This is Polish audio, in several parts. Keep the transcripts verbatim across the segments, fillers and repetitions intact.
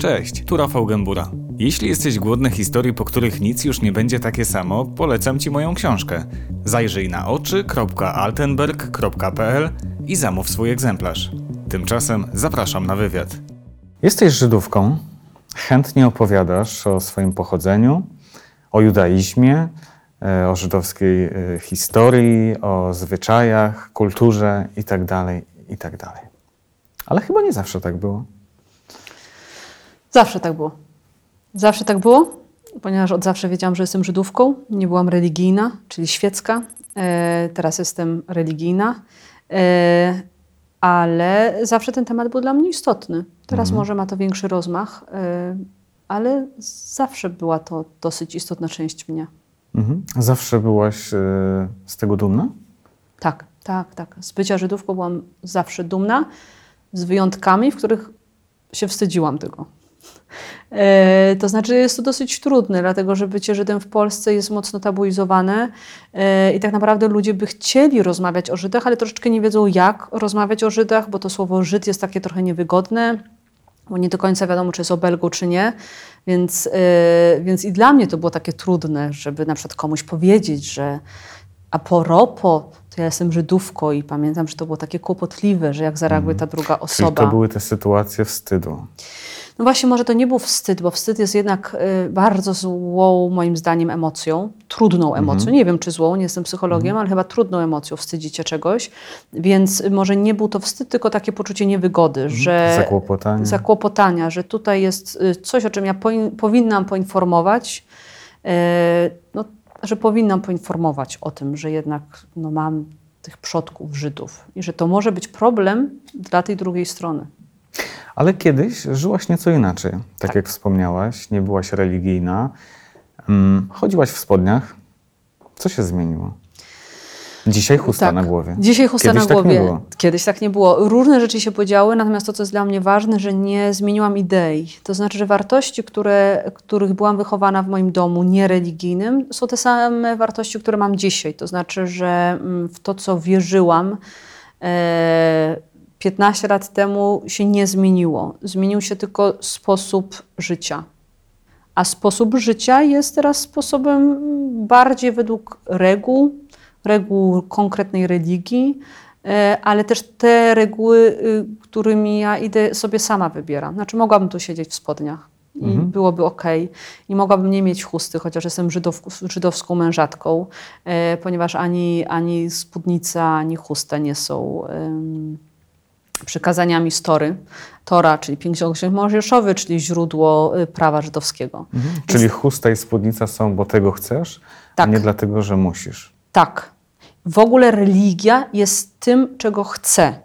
Cześć, tu Rafał Gębura. Jeśli jesteś głodny historii, po których nic już nie będzie takie samo, polecam Ci moją książkę. Zajrzyj na oczy kropka altenberg kropka p l i zamów swój egzemplarz. Tymczasem zapraszam na wywiad. Jesteś Żydówką, chętnie opowiadasz o swoim pochodzeniu, o judaizmie, o żydowskiej historii, o zwyczajach, kulturze itd., itd. Ale chyba nie zawsze tak było. Zawsze tak było. Zawsze tak było, ponieważ od zawsze wiedziałam, że jestem Żydówką. Nie byłam religijna, czyli świecka. E, teraz jestem religijna. E, ale zawsze ten temat był dla mnie istotny. Teraz mhm. może ma to większy rozmach, e, ale zawsze była to dosyć istotna część mnie. Mhm. Zawsze byłaś e, z tego dumna? Tak, tak, tak. Z bycia Żydówką byłam zawsze dumna, z wyjątkami, w których się wstydziłam tego. E, to znaczy jest to dosyć trudne, dlatego że bycie Żydem w Polsce jest mocno tabuizowane e, i tak naprawdę ludzie by chcieli rozmawiać o Żydach, ale troszeczkę nie wiedzą, jak rozmawiać o Żydach, bo to słowo Żyd jest takie trochę niewygodne, bo nie do końca wiadomo, czy jest obelgą, czy nie. Więc, e, więc i dla mnie to było takie trudne, żeby na przykład komuś powiedzieć, że a propos, to ja jestem Żydówką i pamiętam, że to było takie kłopotliwe, że jak zareaguje ta druga osoba. Czyli to były te sytuacje wstydu. No właśnie, może to nie był wstyd, bo wstyd jest jednak y, bardzo złą, moim zdaniem, emocją, trudną emocją. Mhm. Nie wiem, czy złą, nie jestem psychologiem, mhm. ale chyba trudną emocją wstydzić się czegoś. Więc może nie był to wstyd, tylko takie poczucie niewygody, mhm. że zakłopotania. zakłopotania, że tutaj jest coś, o czym ja po, powinnam poinformować, y, no, że powinnam poinformować o tym, że jednak no, mam tych przodków Żydów i że to może być problem dla tej drugiej strony. Ale kiedyś żyłaś nieco inaczej, tak, tak jak wspomniałaś, nie byłaś religijna, um, chodziłaś w spodniach. Co się zmieniło? Dzisiaj chusta tak. na głowie. Dzisiaj chusta Kiedyś na głowie. Tak nie było. Kiedyś tak nie było. Różne rzeczy się podziały, natomiast to, co jest dla mnie ważne, że nie zmieniłam idei. To znaczy, że wartości, które, których byłam wychowana w moim domu niereligijnym, są te same wartości, które mam dzisiaj. To znaczy, że w to, co wierzyłam, e, piętnaście lat temu się nie zmieniło. Zmienił się tylko sposób życia. A sposób życia jest teraz sposobem bardziej według reguł, reguł konkretnej religii, ale też te reguły, którymi ja idę, sobie sama wybieram. Znaczy mogłabym tu siedzieć w spodniach i mhm. byłoby okej. I mogłabym nie mieć chusty, chociaż jestem żydow, żydowską mężatką, ponieważ ani, ani spódnica, ani chusta nie są um, przykazaniami z Tory. Tora, czyli Ksiąg Mojżeszowy, czyli źródło prawa żydowskiego. Mhm. Więc... Czyli chusta i spódnica są, bo tego chcesz, tak. a nie dlatego, że musisz. Tak. W ogóle religia jest tym, czego chcę.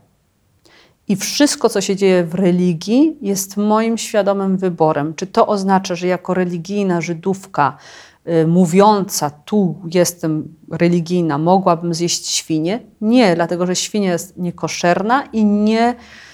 I wszystko, co się dzieje w religii, jest moim świadomym wyborem. Czy to oznacza, że jako religijna Żydówka y, mówiąca, tu jestem religijna, mogłabym zjeść świnię? Nie, dlatego że świnia jest niekoszerna i nie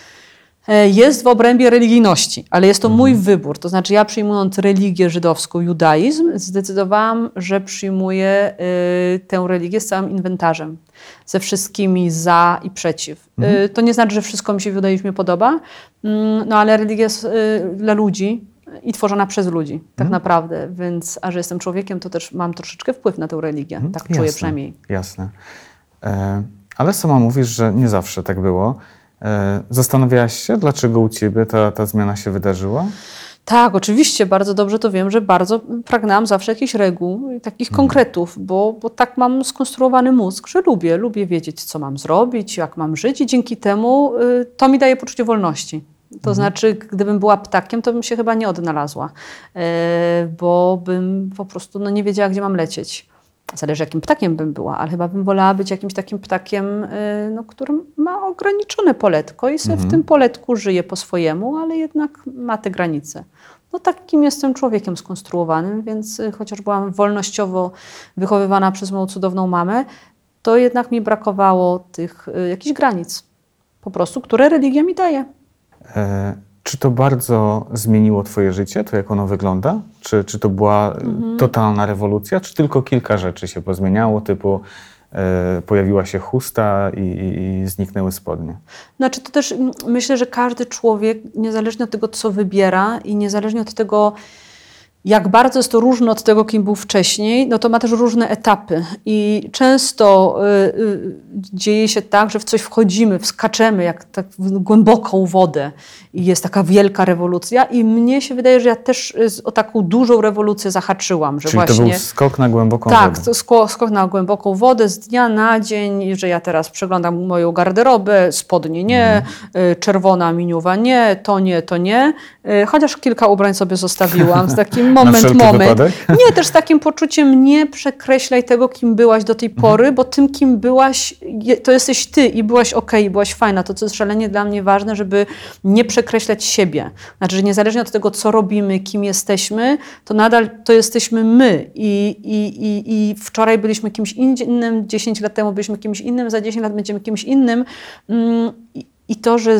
y, jest w obrębie religijności. Ale jest to mhm. mój wybór. To znaczy ja przyjmując religię żydowską, judaizm, zdecydowałam, że przyjmuję y, tę religię z całym inwentarzem. Ze wszystkimi za i przeciw. Mhm. Y, to nie znaczy, że wszystko mi się w judaizmie podoba, y, no ale religia jest y, dla ludzi i tworzona przez ludzi, tak mhm. naprawdę. Więc, a że jestem człowiekiem, to też mam troszeczkę wpływ na tę religię. Mhm. Tak jasne, czuję przynajmniej. Jasne. E, ale sama mówisz, że nie zawsze tak było. E, zastanawiałaś się, dlaczego u ciebie ta, ta zmiana się wydarzyła? Tak, oczywiście, bardzo dobrze to wiem, że bardzo pragnęłam zawsze jakichś reguł i takich hmm. konkretów, bo, bo tak mam skonstruowany mózg, że lubię, lubię wiedzieć, co mam zrobić, jak mam żyć i dzięki temu y, to mi daje poczucie wolności. To hmm. znaczy, gdybym była ptakiem, to bym się chyba nie odnalazła, y, bo bym po prostu no, nie wiedziała, gdzie mam lecieć. Zależy, jakim ptakiem bym była, ale chyba bym wolała być jakimś takim ptakiem, y, no, którym ma ograniczone poletko i sobie hmm. w tym poletku żyje po swojemu, ale jednak ma te granice. No takim jestem człowiekiem skonstruowanym, więc chociaż byłam wolnościowo wychowywana przez moją cudowną mamę, to jednak mi brakowało tych y, jakichś granic, po prostu, które religia mi daje. E, czy to bardzo zmieniło twoje życie, to jak ono wygląda? Czy, czy to była mhm. totalna rewolucja, czy tylko kilka rzeczy się pozmieniało, typu e, pojawiła się chusta i, i, i zniknęły spodnie. Znaczy to też mm, myślę, że każdy człowiek, niezależnie od tego, co wybiera i niezależnie od tego, jak bardzo jest to różne od tego, kim był wcześniej, no to ma też różne etapy. I często y, y, dzieje się tak, że w coś wchodzimy, wskaczemy jak tak w głęboką wodę i jest taka wielka rewolucja. I mnie się wydaje, że ja też o taką dużą rewolucję zahaczyłam. Że Czyli właśnie, to był skok na głęboką tak, wodę. Tak, skok, skok na głęboką wodę z dnia na dzień, że ja teraz przeglądam moją garderobę, spodnie nie, mm. czerwona miniuwa nie, to nie, to nie. Chociaż kilka ubrań sobie zostawiłam z takim moment, moment. Nie, też z takim poczuciem nie przekreślaj tego, kim byłaś do tej pory, bo tym, kim byłaś, to jesteś ty i byłaś okej, i byłaś fajna. To, co jest szalenie dla mnie ważne, żeby nie przekreślać siebie. Znaczy, że niezależnie od tego, co robimy, kim jesteśmy, to nadal to jesteśmy my. I, i, i, i wczoraj byliśmy kimś innym, dziesięć lat temu byliśmy kimś innym, za dziesięć lat będziemy kimś innym. I, i to, że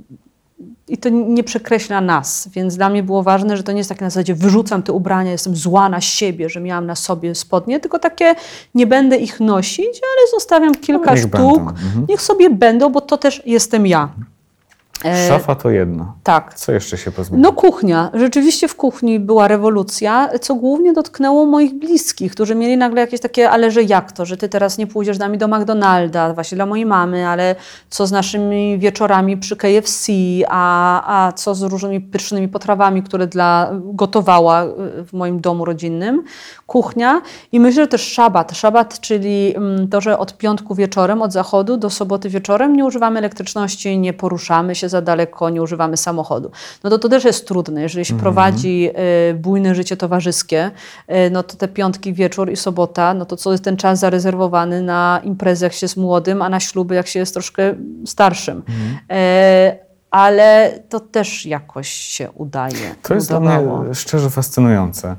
I to nie przekreśla nas, więc dla mnie było ważne, że to nie jest takie na zasadzie wyrzucam te ubrania, jestem zła na siebie, że miałam na sobie spodnie, tylko takie nie będę ich nosić, ale zostawiam kilka niech sztuk, mhm. niech sobie będą, bo to też jestem ja. Szafa to jedno. Tak. Co jeszcze się pozmieniło? No kuchnia. Rzeczywiście w kuchni była rewolucja, co głównie dotknęło moich bliskich, którzy mieli nagle jakieś takie, ale że jak to, że ty teraz nie pójdziesz z nami do McDonalda, właśnie dla mojej mamy, ale co z naszymi wieczorami przy K F C, a, a co z różnymi pysznymi potrawami, które dla, gotowała w moim domu rodzinnym. Kuchnia i myślę, że też szabat. Szabat, czyli to, że od piątku wieczorem, od zachodu do soboty wieczorem nie używamy elektryczności, nie poruszamy się za daleko, nie używamy samochodu. No to to też jest trudne. Jeżeli się mm-hmm. prowadzi y, bujne życie towarzyskie, y, no to te piątki, wieczór i sobota, no to co jest ten czas zarezerwowany na imprezy, jak się jest młodym, a na śluby, jak się jest troszkę starszym. Mm-hmm. Y, ale to też jakoś się udaje. To jest udawało. dla mnie szczerze fascynujące.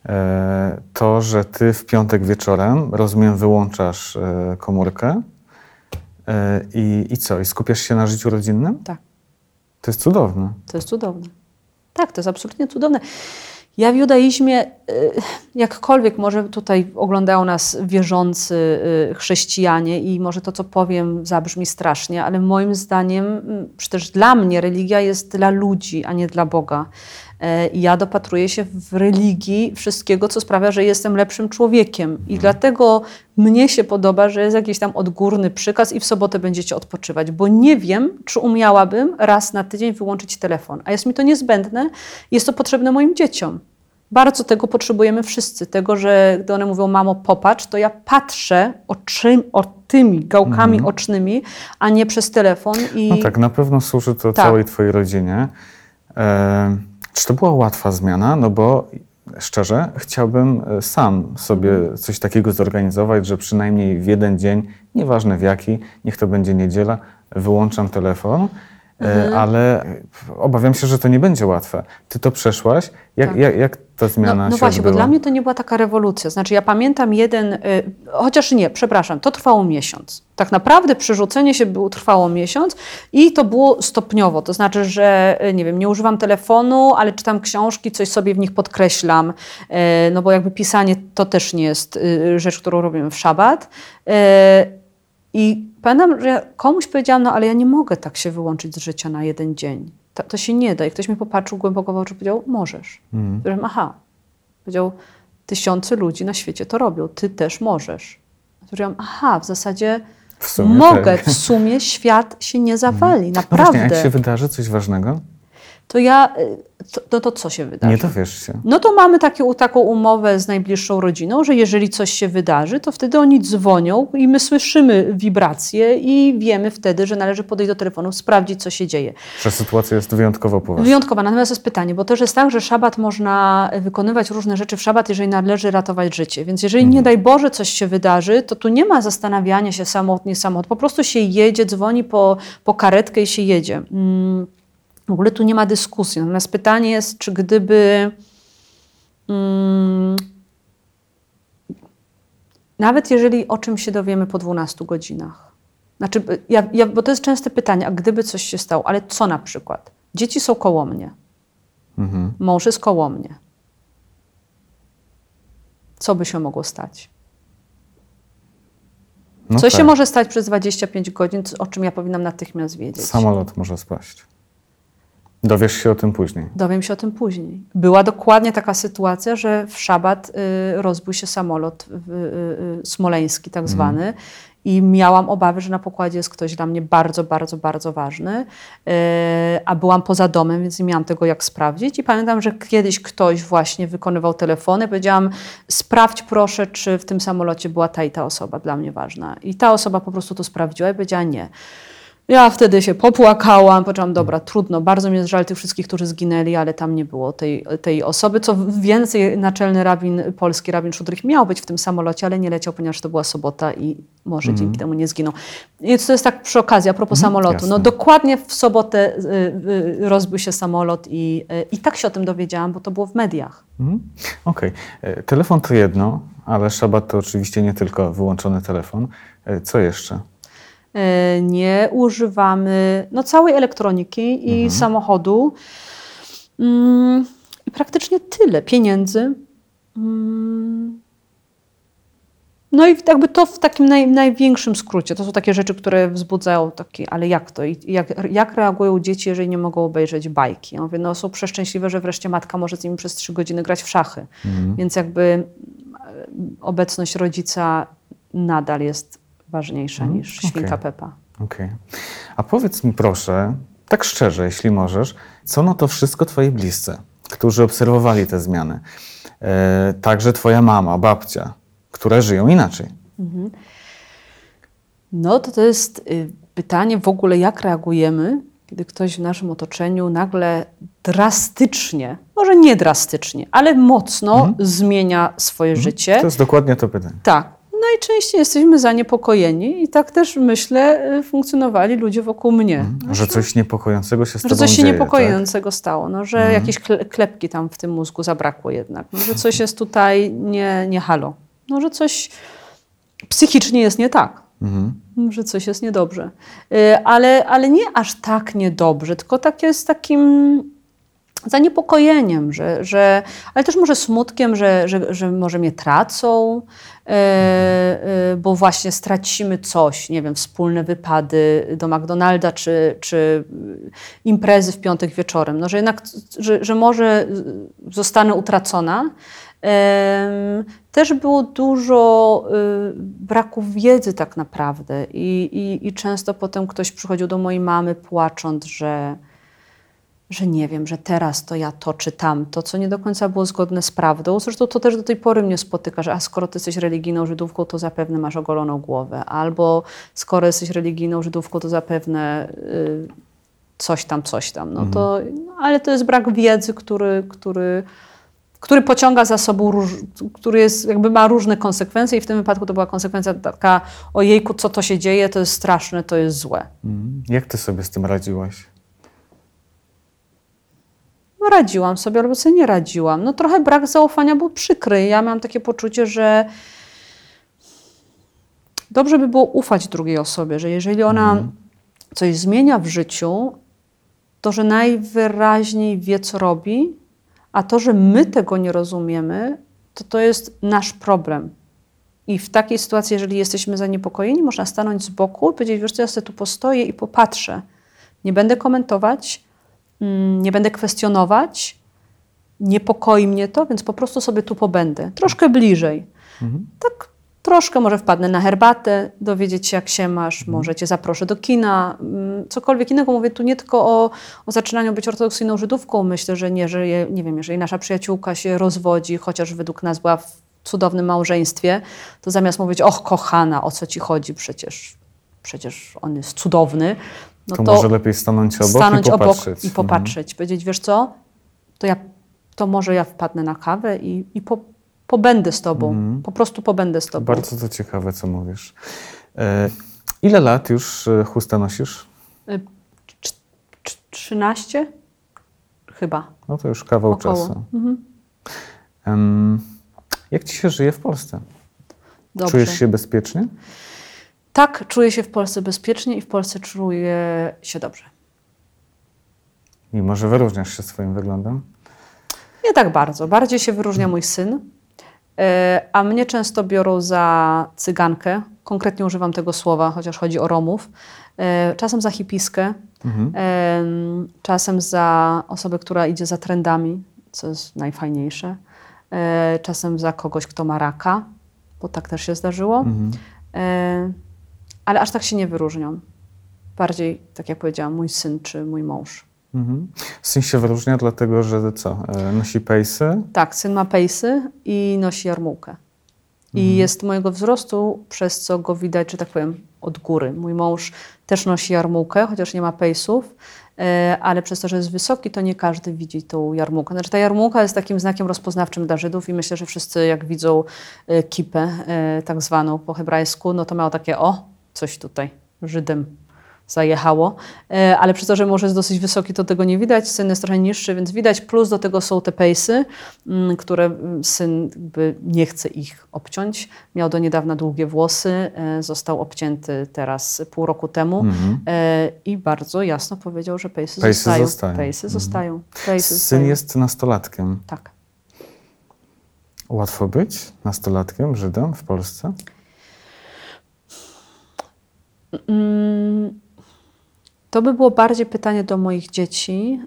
To, że ty w piątek wieczorem, rozumiem, wyłączasz komórkę i, i co? I skupiasz się na życiu rodzinnym? Tak. To jest cudowne. To jest cudowne. Tak, to jest absolutnie cudowne. Ja w judaizmie, jakkolwiek może tutaj oglądają nas wierzący chrześcijanie i może to, co powiem, zabrzmi strasznie, ale moim zdaniem, czy też dla mnie religia jest dla ludzi, a nie dla Boga. I ja dopatruję się w religii wszystkiego, co sprawia, że jestem lepszym człowiekiem. I hmm. dlatego mnie się podoba, że jest jakiś tam odgórny przykaz i w sobotę będziecie odpoczywać, bo nie wiem, czy umiałabym raz na tydzień wyłączyć telefon. A jest mi to niezbędne, jest to potrzebne moim dzieciom. Bardzo tego potrzebujemy wszyscy. Tego, że gdy one mówią, mamo, popatrz, to ja patrzę oczy, o tymi gałkami hmm. ocznymi, a nie przez telefon. I... No tak, na pewno służy to tak. całej twojej rodzinie. E- Czy to była łatwa zmiana? No bo szczerze chciałbym sam sobie coś takiego zorganizować, że przynajmniej w jeden dzień, nieważne w jaki, niech to będzie niedziela, wyłączam telefon, mhm. ale obawiam się, że to nie będzie łatwe. Ty to przeszłaś. Jak, tak. jak, jak ta zmiana no, no się właśnie, odbyła? Bo dla mnie to nie była taka rewolucja. Znaczy ja pamiętam jeden, y, chociaż nie, przepraszam, to trwało miesiąc. Tak naprawdę przerzucenie się było, trwało miesiąc i to było stopniowo. To znaczy, że nie wiem, nie używam telefonu, ale czytam książki, coś sobie w nich podkreślam. Y, no bo jakby pisanie to też nie jest y, rzecz, którą robimy w szabat. Y, I pamiętam, że ja komuś powiedziałam, no ale ja nie mogę tak się wyłączyć z życia na jeden dzień. To, to się nie da. I ktoś mi popatrzył głęboko w oczy i powiedział, możesz. Mm. Powiedziałem, aha. Powiedział, tysiące ludzi na świecie to robią, ty też możesz. Powiedziałam, aha, w zasadzie w sumie mogę, tak. w sumie świat się nie zawali, mm. naprawdę. No właśnie, jak się wydarzy coś ważnego? To ja, to, no to co się wydarzy? Nie dowiesz się. No to mamy takie, taką umowę z najbliższą rodziną, że jeżeli coś się wydarzy, to wtedy oni dzwonią i my słyszymy wibracje i wiemy wtedy, że należy podejść do telefonu, sprawdzić, co się dzieje. Że sytuacja jest wyjątkowo poważna. Wyjątkowa, natomiast jest pytanie, bo też jest tak, że szabat można wykonywać różne rzeczy w szabat, jeżeli należy ratować życie. Więc jeżeli mhm. nie daj Boże coś się wydarzy, to tu nie ma zastanawiania się samochód, nie samochód. Po prostu się jedzie, dzwoni po, po karetkę i się jedzie. Mm. W ogóle tu nie ma dyskusji. Natomiast pytanie jest, czy gdyby mm, nawet jeżeli o czymś się dowiemy po dwunastu godzinach, znaczy, ja, ja, bo to jest częste pytanie, a gdyby coś się stało, ale co na przykład? Dzieci są koło mnie. Mhm. Mąż jest koło mnie. Co by się mogło stać? No Co tak. się może stać przez dwadzieścia pięć godzin, o czym ja powinnam natychmiast wiedzieć? Samolot może spaść. Dowiesz się o tym później. Dowiem się o tym później. Była dokładnie taka sytuacja, że w szabat y, rozbił się samolot y, y, y, smoleński tak zwany mm. i miałam obawy, że na pokładzie jest ktoś dla mnie bardzo, bardzo, bardzo ważny, y, a byłam poza domem, więc nie miałam tego jak sprawdzić i pamiętam, że kiedyś ktoś właśnie wykonywał telefony, powiedziałam, sprawdź proszę, czy w tym samolocie była ta i ta osoba dla mnie ważna. I ta osoba po prostu to sprawdziła i powiedziała nie. Ja wtedy się popłakałam, powiedziałam, dobra, trudno, bardzo mi jest żal tych wszystkich, którzy zginęli, ale tam nie było tej, tej osoby. Co więcej, naczelny rabin polski, rabin Szudrych, miał być w tym samolocie, ale nie leciał, ponieważ to była sobota i może mm. dzięki temu nie zginął. I to jest tak przy okazji, a propos mm, samolotu. Jasne. No dokładnie w sobotę y, y, rozbił się samolot i, y, i tak się o tym dowiedziałam, bo to było w mediach. Mm. Okej. Okay. Telefon to jedno, ale szabat to oczywiście nie tylko wyłączony telefon. Co jeszcze? Nie używamy no, całej elektroniki i mhm. samochodu. Mm, I praktycznie tyle. Pieniędzy. Mm. No i jakby to w takim naj, największym skrócie. To są takie rzeczy, które wzbudzają takie, ale jak to? I jak, jak reagują dzieci, jeżeli nie mogą obejrzeć bajki? Ja mówię, no są przeszczęśliwe, że wreszcie matka może z nimi przez trzy godziny grać w szachy. Mhm. Więc jakby obecność rodzica nadal jest ważniejsza hmm, niż świnka okay. Pepa. Okej. Okay. A powiedz mi proszę, tak szczerze, jeśli możesz, co no to wszystko twoi bliscy, którzy obserwowali te zmiany? E, także twoja mama, babcia, które żyją inaczej. Mhm. No to to jest y, pytanie w ogóle, jak reagujemy, kiedy ktoś w naszym otoczeniu nagle drastycznie, może nie drastycznie, ale mocno mhm. zmienia swoje mhm. życie. To jest dokładnie to pytanie. Tak. Najczęściej jesteśmy zaniepokojeni i tak też, myślę, funkcjonowali ludzie wokół mnie. Mm, że coś niepokojącego się z tobą Że coś się dzieje, niepokojącego tak? stało, no, że mm. jakieś klepki tam w tym mózgu zabrakło jednak, no, że coś jest tutaj nie, nie halo, no, że coś psychicznie jest nie tak, mm. że coś jest niedobrze. Ale, ale nie aż tak niedobrze, tylko takie z takim zaniepokojeniem, że, że, ale też może smutkiem, że, że, że może mnie tracą, e, e, bo właśnie stracimy coś, nie wiem, wspólne wypady do McDonalda czy, czy imprezy w piątek wieczorem. No, że jednak, że, że może zostanę utracona. E, też było dużo e, braku wiedzy tak naprawdę i, i, i często potem ktoś przychodził do mojej mamy płacząc, że że nie wiem, że teraz to ja to czy tamto, co nie do końca było zgodne z prawdą. Zresztą to też do tej pory mnie spotyka, że a skoro ty jesteś religijną Żydówką, to zapewne masz ogoloną głowę. Albo skoro jesteś religijną Żydówką, to zapewne y, coś tam, coś tam. No to, no, ale to jest brak wiedzy, który, który, który pociąga za sobą, róż, który jest, jakby ma różne konsekwencje i w tym wypadku to była konsekwencja taka, ojejku, co to się dzieje, to jest straszne, to jest złe. Mhm. Jak ty sobie z tym radziłaś? No radziłam sobie, albo sobie nie radziłam. No trochę brak zaufania był przykry. Ja miałam takie poczucie, że dobrze by było ufać drugiej osobie, że jeżeli ona mm. coś zmienia w życiu, to że najwyraźniej wie, co robi, a to, że my tego nie rozumiemy, to to jest nasz problem. I w takiej sytuacji, jeżeli jesteśmy zaniepokojeni, można stanąć z boku i powiedzieć, wiesz co, ja sobie tu postoję i popatrzę. Nie będę komentować, nie będę kwestionować, niepokoi mnie to, więc po prostu sobie tu pobędę. Troszkę bliżej. Mhm. Tak troszkę może wpadnę na herbatę, dowiedzieć się, jak się masz, mhm. może cię zaproszę do kina, cokolwiek innego. Mówię tu nie tylko o, o zaczynaniu być ortodoksyjną Żydówką. Myślę, że nie, że je, nie wiem, jeżeli nasza przyjaciółka się rozwodzi, chociaż według nas była w cudownym małżeństwie, to zamiast mówić, och kochana, o co ci chodzi, przecież, przecież on jest cudowny, no to, to może lepiej stanąć obok stanąć i popatrzeć. Obok i popatrzeć. Mhm. Powiedzieć, wiesz co, to, ja, to może ja wpadnę na kawę i, i po, pobędę z tobą. Mhm. Po prostu pobędę z tobą. Bardzo to ciekawe, co mówisz. E, ile lat już chustę nosisz? E, trzynaście? Chyba. No to już kawał Około. czasu. Mhm. Um, jak ci się żyje w Polsce? Dobrze. Czujesz się bezpiecznie? Tak, czuję się w Polsce bezpiecznie i w Polsce czuję się dobrze. Mimo że wyróżniasz się swoim wyglądem? Nie tak bardzo. Bardziej się wyróżnia mój syn, a mnie często biorą za cygankę konkretnie używam tego słowa, chociaż chodzi o Romów, e, czasem za hipiskę, mhm. e, czasem za osobę, która idzie za trendami, co jest najfajniejsze, e, czasem za kogoś, kto ma raka, bo tak też się zdarzyło, mhm. e, ale aż tak się nie wyróżnią. Bardziej, tak jak powiedziałam, mój syn czy mój mąż. Mhm. Syn się wyróżnia dlatego, że co? E, nosi pejsy? Tak, syn ma pejsy i nosi jarmułkę. I mhm. jest mojego wzrostu, przez co go widać, że tak powiem, od góry. Mój mąż też nosi jarmułkę, chociaż nie ma pejsów, e, ale przez to, że jest wysoki, to nie każdy widzi tą jarmułkę. Znaczy ta jarmułka jest takim znakiem rozpoznawczym dla Żydów i myślę, że wszyscy jak widzą e, kipę e, tak zwaną po hebrajsku, no to miało takie o, coś tutaj Żydem zajechało, ale przez to, że może jest dosyć wysoki, to tego nie widać. Syn jest trochę niższy, więc widać. Plus do tego są te pejsy, które syn jakby nie chce ich obciąć. Miał do niedawna długie włosy, został obcięty teraz pół roku temu mm-hmm. i bardzo jasno powiedział, że pejsy, pejsy zostają. zostają. Pejsy mm-hmm. zostają. Pejsy syn zostają. Jest nastolatkiem. Tak. Łatwo być nastolatkiem, Żydem w Polsce? Mm. To by było bardziej pytanie do moich dzieci.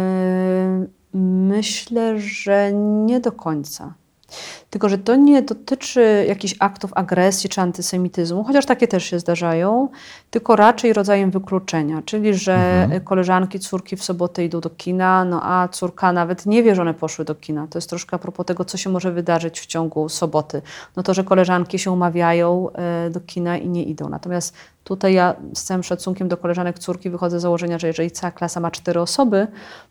Yy, myślę, że nie do końca. Tylko że to nie dotyczy jakichś aktów agresji czy antysemityzmu, chociaż takie też się zdarzają, tylko raczej rodzajem wykluczenia. Czyli, że mhm. koleżanki, córki w sobotę idą do kina, no a córka nawet nie wie, że one poszły do kina. To jest troszkę a propos tego, co się może wydarzyć w ciągu soboty. No to, że koleżanki się umawiają y, do kina i nie idą. Natomiast tutaj ja z całym szacunkiem do koleżanek córki wychodzę z założenia, że jeżeli cała klasa ma cztery osoby,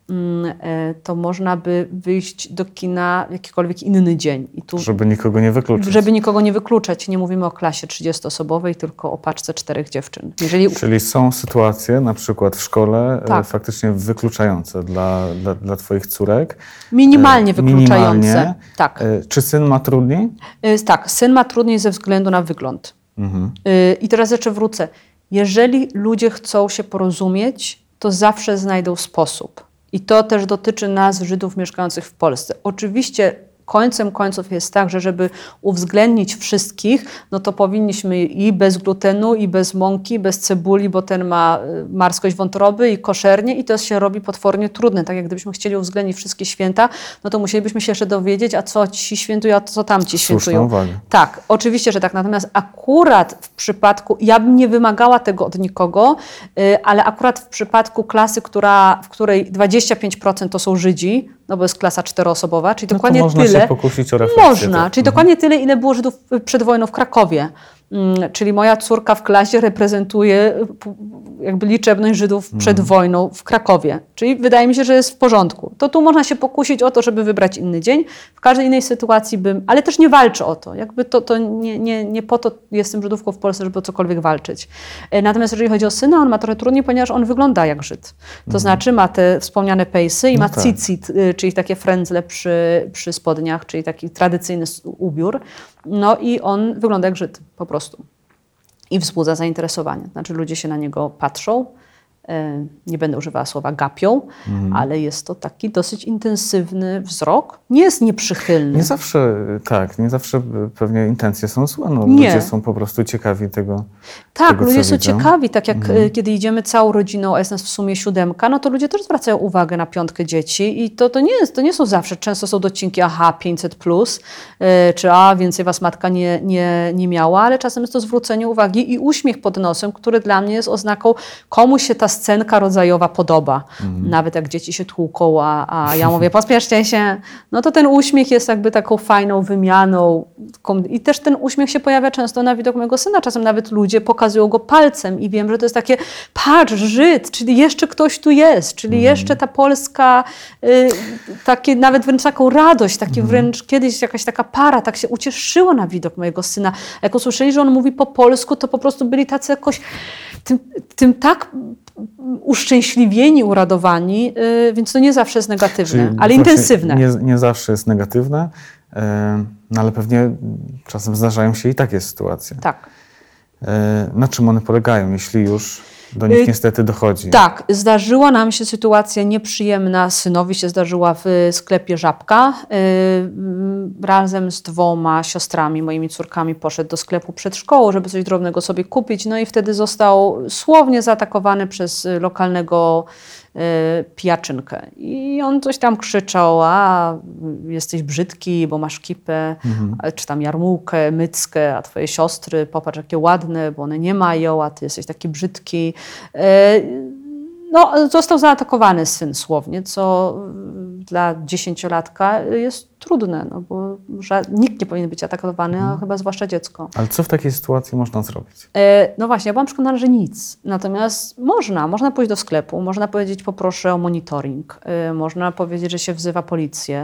to można by wyjść do kina w jakikolwiek inny dzień. I tu, żeby nikogo nie wykluczyć. Żeby nikogo nie wykluczać. Nie mówimy o klasie trzydziestoosobowej, tylko o paczce czterech dziewczyn. Jeżeli... Czyli są sytuacje, na przykład w szkole, tak. faktycznie wykluczające dla, dla, dla twoich córek. Minimalnie wykluczające. Minimalnie. Tak. Czy syn ma trudniej? Tak, syn ma trudniej ze względu na wygląd. Mhm. I teraz jeszcze wrócę. Jeżeli ludzie chcą się porozumieć, to zawsze znajdą sposób. I to też dotyczy nas, Żydów mieszkających w Polsce. Oczywiście końcem końców jest tak, że żeby uwzględnić wszystkich, no to powinniśmy i bez glutenu, i bez mąki, bez cebuli, bo ten ma marskość wątroby i koszernie i to się robi potwornie trudne. Tak jak gdybyśmy chcieli uwzględnić wszystkie święta, no to musielibyśmy się jeszcze dowiedzieć, a co ci świętują, a co tamci świętują. Uwagę. Tak, oczywiście, że tak. Natomiast akurat w przypadku, ja bym nie wymagała tego od nikogo, ale akurat w przypadku klasy, która, w której dwadzieścia pięć procent to są Żydzi, no bo jest klasa czteroosobowa, czyli no dokładnie można tyle. Się pokusić o refleksję. Można, tak. czyli mhm. dokładnie tyle, ile było Żydów przed wojną w Krakowie. Hmm, czyli moja córka w klasie reprezentuje jakby liczebność Żydów mhm. przed wojną w Krakowie. Czyli wydaje mi się, że jest w porządku. To tu można się pokusić o to, żeby wybrać inny dzień. W każdej innej sytuacji bym, ale też nie walczę o to. Jakby to, to nie, nie, nie po to jestem Żydówką w Polsce, żeby o cokolwiek walczyć. Natomiast jeżeli chodzi o syna, on ma trochę trudniej, ponieważ on wygląda jak Żyd. To mhm. znaczy ma te wspomniane pejsy i no ma tak. cicit, czyli takie frędzle przy, przy spodniach, czyli taki tradycyjny ubiór. No i on wygląda jak Żyd po prostu. I wzbudza zainteresowanie. Znaczy ludzie się na niego patrzą. Nie będę używała słowa gapią, mm. ale jest to taki dosyć intensywny wzrok. Nie jest nieprzychylny. Nie zawsze, tak, nie zawsze pewnie intencje są złe. No, ludzie są po prostu ciekawi tego. Tak, tego, ludzie co są widzą. ciekawi. Tak jak mm. kiedy idziemy całą rodziną, a jest nas w sumie siódemka, no to ludzie też zwracają uwagę na piątkę dzieci i to, to, nie, jest, to nie są zawsze. Często są docinki, aha, pięćset plus, yy, czy a, więcej was matka nie, nie, nie miała, ale czasem jest to zwrócenie uwagi i uśmiech pod nosem, który dla mnie jest oznaką, komuś się ta scenka rodzajowa podoba. Mm. Nawet jak dzieci się tłuką, a, a ja mówię, pospieszcie się, no to ten uśmiech jest jakby taką fajną wymianą. I też ten uśmiech się pojawia często na widok mojego syna. Czasem nawet ludzie pokazują go palcem i wiem, że to jest takie, patrz, Żyd, czyli jeszcze ktoś tu jest, czyli mm. jeszcze ta polska, y, takie, nawet wręcz taką radość, taki mm. wręcz kiedyś jakaś taka para tak się ucieszyła na widok mojego syna. Jak usłyszeli, że on mówi po polsku, to po prostu byli tacy jakoś tym, tym tak uszczęśliwieni, uradowani, yy, więc to nie zawsze jest negatywne, czyli ale intensywne. Nie, nie zawsze jest negatywne, yy, no ale pewnie czasem zdarzają się i takie sytuacje. Tak. Yy, na czym one polegają, jeśli już Do nich niestety dochodzi. Tak, zdarzyła nam się sytuacja nieprzyjemna. Synowi się zdarzyła w sklepie Żabka. Razem z dwoma siostrami, moimi córkami, poszedł do sklepu przed szkołą, żeby coś drobnego sobie kupić. No i wtedy został słownie zaatakowany przez lokalnego pijaczynkę. I on coś tam krzyczał, a jesteś brzydki, bo masz kipę, mhm. czy tam jarmułkę, myckę, a twoje siostry, popatrz jakie ładne, bo one nie mają, a ty jesteś taki brzydki. No, został zaatakowany syn słownie, co dla dziesięciolatka jest trudne, no bo że nikt nie powinien być atakowany, a hmm. chyba zwłaszcza dziecko. Ale co w takiej sytuacji można zrobić? E, no właśnie, ja byłam przekonana, że nic. Natomiast można, można pójść do sklepu, można powiedzieć poproszę o monitoring, e, można powiedzieć, że się wzywa policję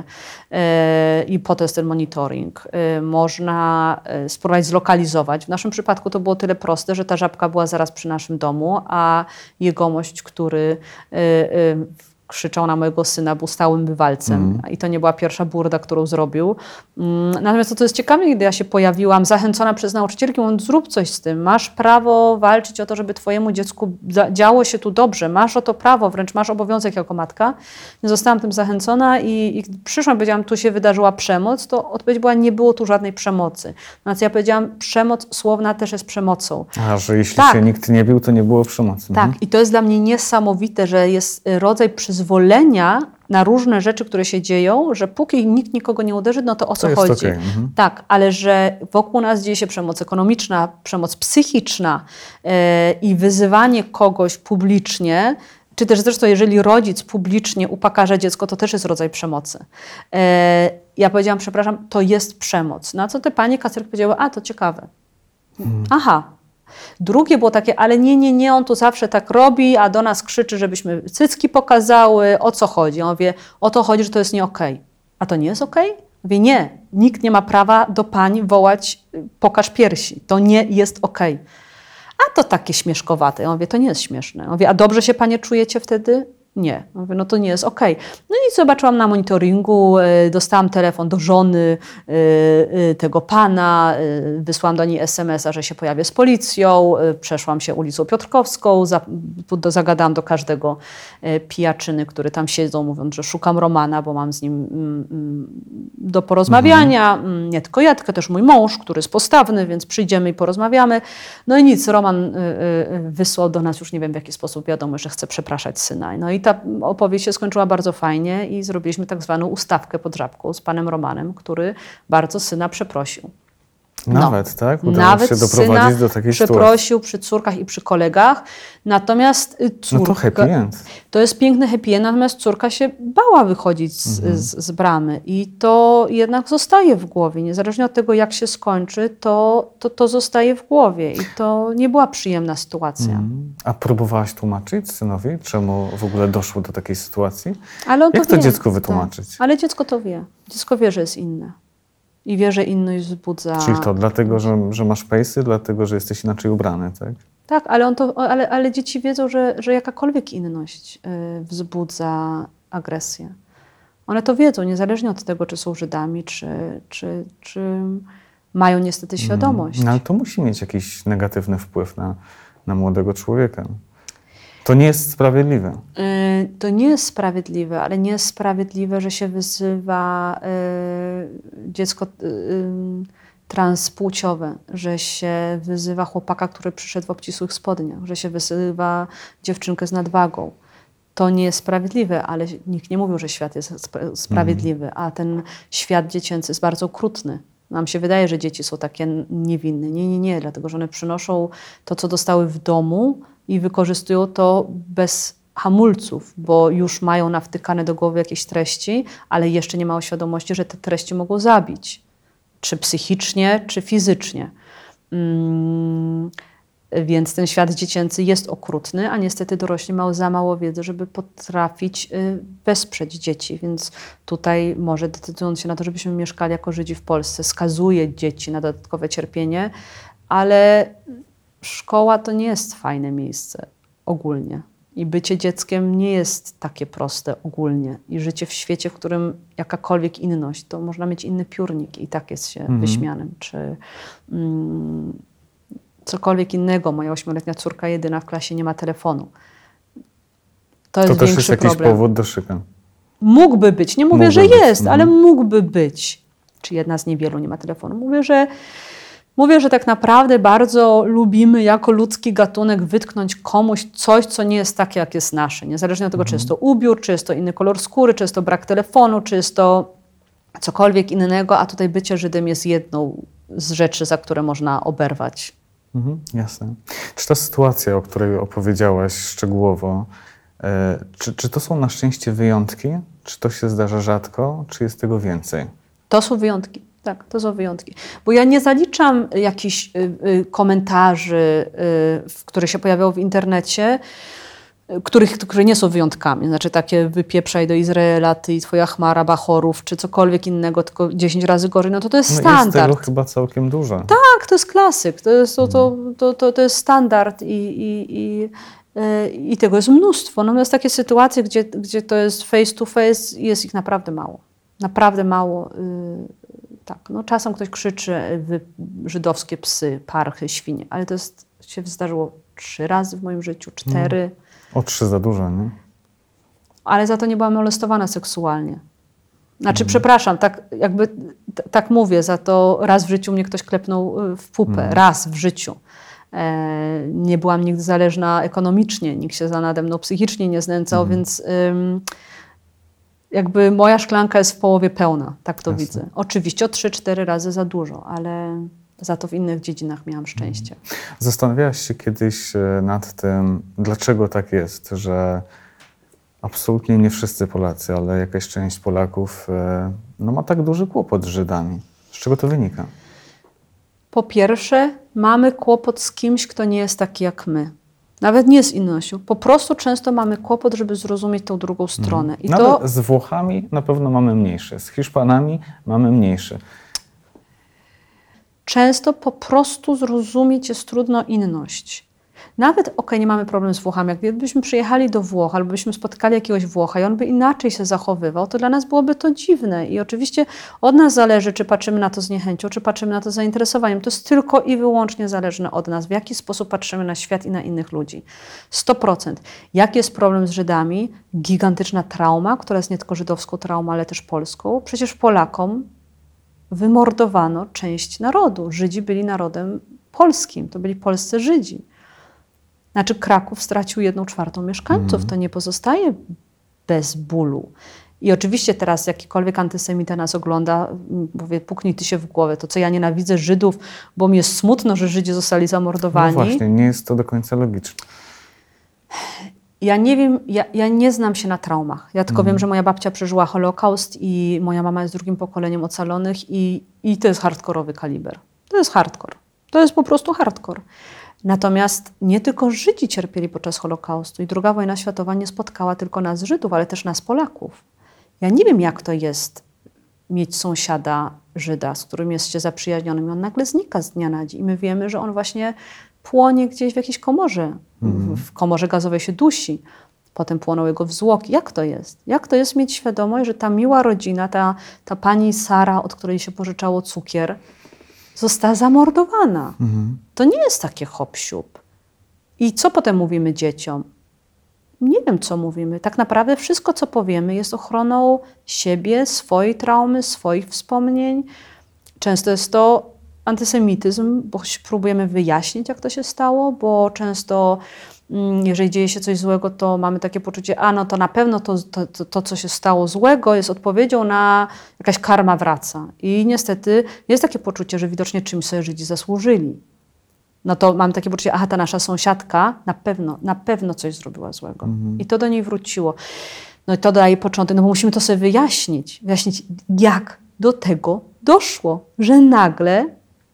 e, i po to jest ten monitoring. E, można e, spróbować zlokalizować. W naszym przypadku to było tyle proste, że ta Żabka była zaraz przy naszym domu, a jegomość, który e, e, krzyczał na mojego syna, był stałym bywalcem. Mm. I to nie była pierwsza burda, którą zrobił. Natomiast to, co jest ciekawe, kiedy ja się pojawiłam, zachęcona przez nauczycielki, mówię, zrób coś z tym. Masz prawo walczyć o to, żeby twojemu dziecku działo się tu dobrze. Masz o to prawo, wręcz masz obowiązek jako matka. Zostałam tym zachęcona i, i przyszłam, powiedziałam, tu się wydarzyła przemoc, to odpowiedź była, nie było tu żadnej przemocy. Natomiast ja powiedziałam, przemoc słowna też jest przemocą. A, że jeśli tak. się nikt nie bił, to nie było przemocy. Tak. Mhm. I to jest dla mnie niesamowite, że jest rodzaj przyzwolenia na różne rzeczy, które się dzieją, że póki nikt nikogo nie uderzy, no to o co to chodzi? Okay. Mhm. Tak, ale że wokół nas dzieje się przemoc ekonomiczna, przemoc psychiczna yy, i wyzywanie kogoś publicznie, czy też zresztą jeżeli rodzic publicznie upokarza dziecko, to też jest rodzaj przemocy. Yy, ja powiedziałam, przepraszam, to jest przemoc. Na co te panie kaserki powiedziały, a to ciekawe. Hmm. Aha. Drugie było takie, ale nie, nie, nie, on tu zawsze tak robi, a do nas krzyczy, żebyśmy cycki pokazały. O co chodzi? On mówi, o to chodzi, że to jest nie okej. A to nie jest okej? Mówi, nie, nikt nie ma prawa do pań wołać, pokaż piersi. To nie jest okej. A to takie śmieszkowate. Ja mówię, to nie jest śmieszne. Ja mówię, a dobrze się panie czujecie wtedy? Nie. Ja mówię, no to nie jest okej. No i zobaczyłam na monitoringu, y, dostałam telefon do żony y, y, tego pana, y, wysłałam do niej es em es a, że się pojawię z policją, y, przeszłam się ulicą Piotrkowską, za, do, zagadałam do każdego y, pijaczyny, który tam siedzą, mówiąc, że szukam Romana, bo mam z nim y, y, do porozmawiania. Mhm. Nie tylko ja, tylko też mój mąż, który jest postawny, więc przyjdziemy i porozmawiamy. No i nic, Roman y, y, wysłał do nas, już nie wiem w jaki sposób, wiadomo, że chce przepraszać syna. No i ta opowieść się skończyła bardzo fajnie i zrobiliśmy tak zwaną ustawkę pod Żabką z panem Romanem, który bardzo syna przeprosił. Nawet, no, tak? Udało nawet się doprowadzić syna do takiej przeprosił sytuacji. przy córkach i przy kolegach. Natomiast córka... No to happy end. To jest piękny happy end, natomiast córka się bała wychodzić z, mhm. z, z bramy i to jednak zostaje w głowie. Niezależnie od tego, jak się skończy, to, to, to zostaje w głowie i to nie była przyjemna sytuacja. Mhm. A próbowałaś tłumaczyć synowi, czemu w ogóle doszło do takiej sytuacji? Ale on jak to, to wie. dziecku wytłumaczyć? Tak. Ale dziecko to wie. Dziecko wie, że jest inne. I wie, że inność wzbudza... Czyli to dlatego, że, że masz pejsy, dlatego, że jesteś inaczej ubrany, tak? Tak, ale, on to, ale, ale dzieci wiedzą, że, że jakakolwiek inność y, wzbudza agresję. One to wiedzą, niezależnie od tego, czy są Żydami, czy, czy, czy mają niestety świadomość. Mm, no ale to musi mieć jakiś negatywny wpływ na, na młodego człowieka. To nie jest sprawiedliwe. Y, to nie jest sprawiedliwe, ale nie jest sprawiedliwe, że się wyzywa y, dziecko y, transpłciowe, że się wyzywa chłopaka, który przyszedł w obcisłych spodniach, że się wyzywa dziewczynkę z nadwagą. To nie jest sprawiedliwe, ale nikt nie mówił, że świat jest spra- sprawiedliwy, mm. a ten świat dziecięcy jest bardzo okrutny. Nam się wydaje, że dzieci są takie niewinne. Nie, nie, nie, dlatego że one przynoszą to, co dostały w domu i wykorzystują to bez hamulców, bo już mają nawtykane do głowy jakieś treści, ale jeszcze nie mają świadomości, że te treści mogą zabić. Czy psychicznie, czy fizycznie. Mm, więc ten świat dziecięcy jest okrutny, a niestety dorośli mają za mało wiedzy, żeby potrafić y, wesprzeć dzieci. Więc tutaj może decydując się na to, żebyśmy mieszkali jako Żydzi w Polsce, skazuje dzieci na dodatkowe cierpienie, ale szkoła to nie jest fajne miejsce ogólnie. I bycie dzieckiem nie jest takie proste ogólnie. I życie w świecie, w którym jakakolwiek inność, to można mieć inny piórnik i tak jest się mm. wyśmianym. Czy, mm, cokolwiek innego. Moja ośmioletnia córka jedyna w klasie nie ma telefonu. To jest To też większy jest jakiś problem. powód do szyka. Mógłby być. Nie mówię, Mógłby że być. jest, Mhm. ale mógłby być. Czy jedna z niewielu nie ma telefonu. Mówię, że Mówię, że tak naprawdę bardzo lubimy jako ludzki gatunek wytknąć komuś coś, co nie jest takie, jak jest nasze. Niezależnie od tego, czy jest to ubiór, czy jest to inny kolor skóry, czy jest to brak telefonu, czy jest to cokolwiek innego, a tutaj bycie Żydem jest jedną z rzeczy, za które można oberwać. Mhm, jasne. Czy ta sytuacja, o której opowiedziałaś szczegółowo, e, czy, czy to są na szczęście wyjątki? Czy to się zdarza rzadko? Czy jest tego więcej? To są wyjątki. Tak, to są wyjątki. Bo ja nie zaliczam jakichś y, y, komentarzy, y, które się pojawiają w internecie, y, których, które nie są wyjątkami. Znaczy takie wypieprzaj do Izraela, ty i twoja chmara bachorów, czy cokolwiek innego, tylko dziesięć razy gorzej, no to to jest No standard. jest tego chyba całkiem dużo. Tak, to jest klasyk, to jest, to, to, to, to, to jest standard i, i, i, y, i tego jest mnóstwo. Natomiast takie sytuacje, gdzie, gdzie to jest face to face, jest ich naprawdę mało. Naprawdę mało. Y, Tak, no czasem ktoś krzyczy wy, żydowskie psy, parchy, świnie, ale to jest, się zdarzyło trzy razy w moim życiu, cztery. O trzy za dużo, nie? Ale za to nie byłam molestowana seksualnie. Znaczy, przepraszam, tak jakby t, tak mówię, za to raz w życiu mnie ktoś klepnął w pupę, raz w życiu. E, nie byłam nigdy zależna ekonomicznie, nikt się za nade mną psychicznie nie znęcał, Mhm. więc... Ym, jakby moja szklanka jest w połowie pełna, tak to Jasne. widzę. Oczywiście o trzy cztery razy za dużo, ale za to w innych dziedzinach miałam szczęście. Zastanawiałaś się kiedyś e, nad tym, dlaczego tak jest, że absolutnie nie wszyscy Polacy, ale jakaś część Polaków e, no, ma tak duży kłopot z Żydami. Z czego to wynika? Po pierwsze, mamy kłopot z kimś, kto nie jest taki jak my. Nawet nie z innością. Po prostu często mamy kłopot, żeby zrozumieć tą drugą stronę. I Nawet to z Włochami na pewno mamy mniejszy, z Hiszpanami mamy mniejszy. często po prostu zrozumieć jest trudno inność. Nawet, okej, okay, nie mamy problemu z Włochami. Jak gdybyśmy przyjechali do Włoch albo byśmy spotkali jakiegoś Włocha i on by inaczej się zachowywał, to dla nas byłoby to dziwne. I oczywiście od nas zależy, czy patrzymy na to z niechęcią, czy patrzymy na to z zainteresowaniem. To jest tylko i wyłącznie zależne od nas, w jaki sposób patrzymy na świat i na innych ludzi. sto procent. Jaki jest problem z Żydami? Gigantyczna trauma, która jest nie tylko żydowską traumą, ale też polską. Przecież Polakom wymordowano część narodu. Żydzi byli narodem polskim. To byli polscy Żydzi. Znaczy Kraków stracił jedną czwartą mieszkańców. Mm. To nie pozostaje bez bólu. I oczywiście teraz jakikolwiek antysemita nas ogląda, powie, puknij ty się w głowę. To co ja nienawidzę Żydów, bo mi jest smutno, że Żydzi zostali zamordowani. No właśnie, nie jest to do końca logiczne. Ja nie wiem, ja, ja nie znam się na traumach. Ja tylko mm. wiem, że moja babcia przeżyła Holokaust i moja mama jest drugim pokoleniem ocalonych i, i to jest hardkorowy kaliber. To jest hardcore. To jest po prostu hardcore. Natomiast nie tylko Żydzi cierpieli podczas Holokaustu i druga wojna światowa nie spotkała tylko nas Żydów, ale też nas Polaków. Ja nie wiem, jak to jest mieć sąsiada Żyda, z którym jest się zaprzyjaźnionym i on nagle znika z dnia na dzień. I my wiemy, że on właśnie płonie gdzieś w jakiejś komorze. Mm. W komorze gazowej się dusi. Potem płoną jego wzłoki. Jak to jest? Jak to jest mieć świadomość, że ta miła rodzina, ta, ta pani Sara, od której się pożyczało cukier, została zamordowana. Mhm. To nie jest takie hop-siup. I co potem mówimy dzieciom? Nie wiem, co mówimy. Tak naprawdę wszystko, co powiemy, jest ochroną siebie, swojej traumy, swoich wspomnień. Często jest to antysemityzm, bo próbujemy wyjaśnić, jak to się stało, bo często jeżeli dzieje się coś złego, to mamy takie poczucie, a no to na pewno to, to, to, to, co się stało złego, jest odpowiedzią na jakaś karma wraca. I niestety jest takie poczucie, że widocznie czymś sobie Żydzi zasłużyli. No to mam takie poczucie, aha, ta nasza sąsiadka na pewno, na pewno coś zrobiła złego. Mhm. I to do niej wróciło. No i to daje początek, no bo musimy to sobie wyjaśnić. Wyjaśnić, jak do tego doszło, że nagle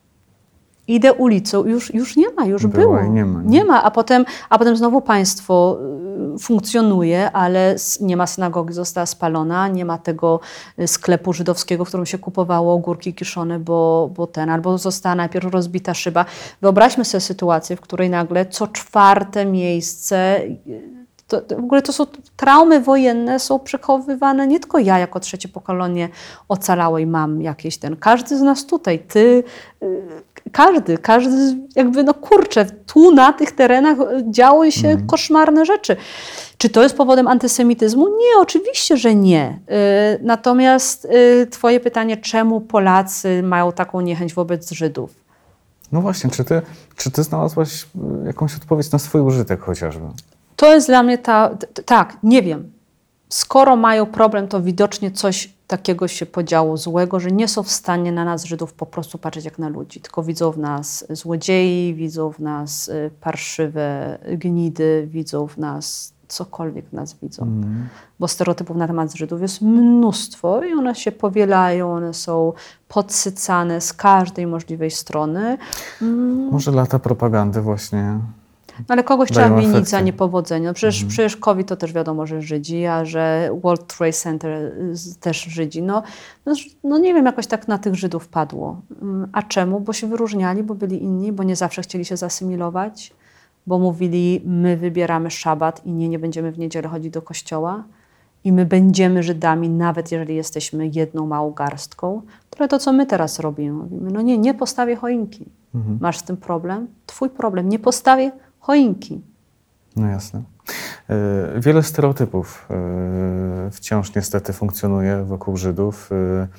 idę ulicą, już, już nie ma, już było. było. Nie ma, nie. nie ma, a potem, a potem znowu państwo funkcjonuje, ale nie ma synagogi, została spalona, nie ma tego sklepu żydowskiego, w którym się kupowało ogórki kiszone, bo, bo ten, albo została najpierw rozbita szyba. Wyobraźmy sobie sytuację, w której nagle co czwarte miejsce, to, to w ogóle to są traumy wojenne, są przechowywane, nie tylko ja jako trzecie pokolenie ocalałej mam jakieś ten, każdy z nas tutaj, ty, Każdy, każdy jakby, no kurczę, tu na tych terenach działy się mm. koszmarne rzeczy. Czy to jest powodem antysemityzmu? Nie, oczywiście, że nie. Yy, natomiast yy, twoje pytanie, czemu Polacy mają taką niechęć wobec Żydów? No właśnie, czy ty, czy ty znalazłaś jakąś odpowiedź na swój użytek chociażby? To jest dla mnie ta... T, t, tak, nie wiem. Skoro mają problem, to widocznie coś takiego się podziało złego, że nie są w stanie na nas, Żydów, po prostu patrzeć jak na ludzi, tylko widzą w nas złodziei, widzą w nas parszywe gnidy, widzą w nas cokolwiek w nas widzą. Mm. Bo stereotypów na temat Żydów jest mnóstwo i one się powielają, one są podsycane z każdej możliwej strony. Mm. Może lata propagandy właśnie... Ale kogoś trzeba winić za niepowodzenie. No przecież, mhm. przecież COVID to też wiadomo, że Żydzi, a że World Trade Center też Żydzi. No, no, no nie wiem, jakoś tak na tych Żydów padło. A czemu? Bo się wyróżniali, bo byli inni, bo nie zawsze chcieli się zasymilować, bo mówili, my wybieramy szabat i nie, nie będziemy w niedzielę chodzić do kościoła i my będziemy Żydami, nawet jeżeli jesteśmy jedną małą garstką. To to, co my teraz robimy. Mówimy, no nie, nie postawię choinki. Mhm. Masz z tym problem? Twój problem. Nie postawię choinki. No jasne. Wiele stereotypów wciąż niestety funkcjonuje wokół Żydów.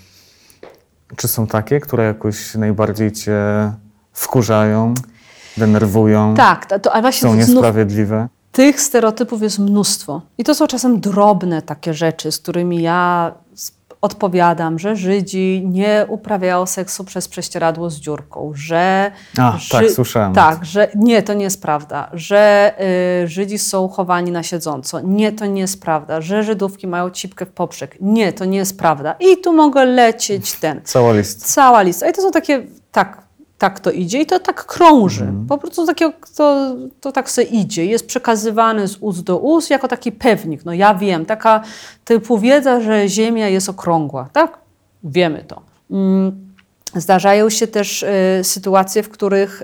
Czy są takie, które jakoś najbardziej cię wkurzają, denerwują, tak, to, to, a właśnie są niesprawiedliwe? Tych stereotypów jest mnóstwo. I to są czasem drobne takie rzeczy, z którymi ja odpowiadam, że Żydzi nie uprawiają seksu przez prześcieradło z dziurką, że... A, Ży... tak, słyszałem. Tak, że nie, to nie jest prawda, że y, Żydzi są chowani na siedząco. Nie, to nie jest prawda, że Żydówki mają cipkę w poprzek. Nie, to nie jest prawda. I tu mogę lecieć ten... Cała lista. Cała lista. I to są takie, tak, tak to idzie i to tak krąży. Mm. Po prostu takiego, to, to tak sobie idzie. Jest przekazywany z ust do ust jako taki pewnik. No ja wiem, taka typu wiedza, że Ziemia jest okrągła. Tak? Wiemy to. Mm. Zdarzają się też y, sytuacje, w których y,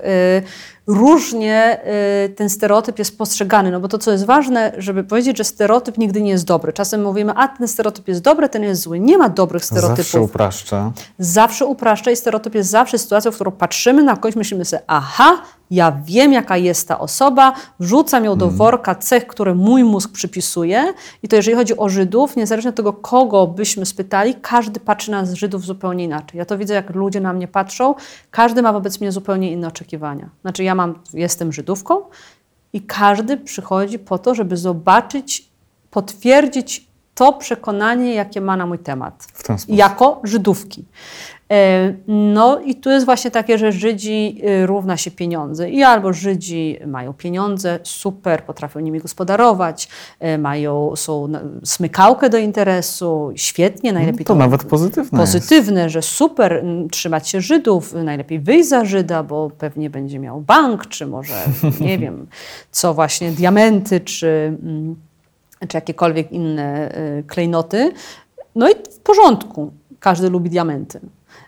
różnie y, ten stereotyp jest postrzegany. No bo to, co jest ważne, żeby powiedzieć, że stereotyp nigdy nie jest dobry. Czasem mówimy, a ten stereotyp jest dobry, ten jest zły. Nie ma dobrych stereotypów. Zawsze upraszcza. Zawsze upraszcza i stereotyp jest zawsze sytuacją, w którą patrzymy na kogoś, myślimy sobie, aha, ja wiem, jaka jest ta osoba, wrzucam ją do hmm. worka cech, które mój mózg przypisuje. I to jeżeli chodzi o Żydów, niezależnie od tego, kogo byśmy spytali, każdy patrzy na Żydów zupełnie inaczej. Ja to widzę, jak ludzie na mnie patrzą. Każdy ma wobec mnie zupełnie inne oczekiwania. Znaczy ja mam, jestem Żydówką i każdy przychodzi po to, żeby zobaczyć, potwierdzić to przekonanie, jakie ma na mój temat. W ten sposób. Jako Żydówki. No i tu jest właśnie takie, że Żydzi równa się pieniądze. I albo Żydzi mają pieniądze, super, potrafią nimi gospodarować, mają, są smykałkę do interesu, świetnie, najlepiej to, to nawet pozytywne Pozytywne, jest. Że super, trzymać się Żydów, najlepiej wyjść za Żyda, bo pewnie będzie miał bank, czy może, nie wiem, co właśnie, diamenty, czy, czy jakiekolwiek inne klejnoty. No i w porządku, każdy lubi diamenty.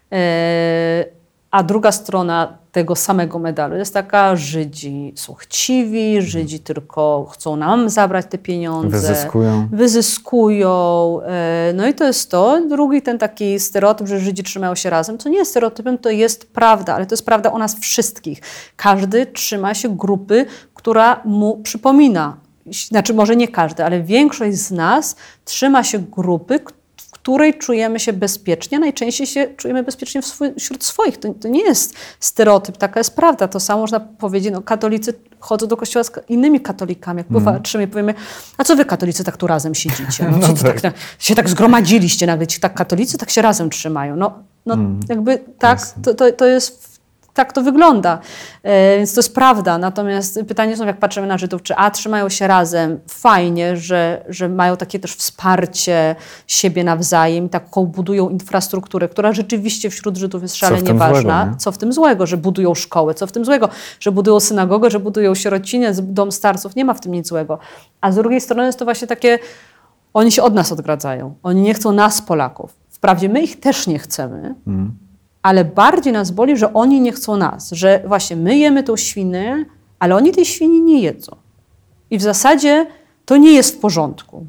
A druga strona tego samego medalu jest taka, Żydzi są chciwi, Żydzi tylko chcą nam zabrać te pieniądze. Wyzyskują. Wyzyskują. No i to jest to. Drugi ten taki stereotyp, że Żydzi trzymają się razem. To nie jest stereotypem, to jest prawda, ale to jest prawda o nas wszystkich. Każdy trzyma się grupy, która mu przypomina. Znaczy może nie każdy, ale większość z nas trzyma się grupy, w której czujemy się bezpiecznie. Najczęściej się czujemy bezpiecznie swój, wśród swoich. To, to nie jest stereotyp, taka jest prawda. To samo można powiedzieć, no katolicy chodzą do kościoła z innymi katolikami. Jak mm. popatrzymy i powiemy, a co wy katolicy tak tu razem siedzicie? No, co no tak. Tak, się tak zgromadziliście nagle, ci tak katolicy tak się razem trzymają. No, no mm. jakby tak, to, to, to jest... Tak to wygląda, e, więc to jest prawda. Natomiast pytanie są, jak patrzymy na Żydów, czy a trzymają się razem, fajnie, że, że mają takie też wsparcie siebie nawzajem i taką budują infrastrukturę, która rzeczywiście wśród Żydów jest szalenie ważna. Złego, co w tym złego, że budują szkołę, co w tym złego, że budują synagogę, że budują sierociniec, dom starców, nie ma w tym nic złego. A z drugiej strony jest to właśnie takie, oni się od nas odgradzają, oni nie chcą nas, Polaków. Wprawdzie my ich też nie chcemy, mm. ale bardziej nas boli, że oni nie chcą nas, że właśnie my jemy tą świnę, ale oni tej świni nie jedzą. I w zasadzie to nie jest w porządku, bo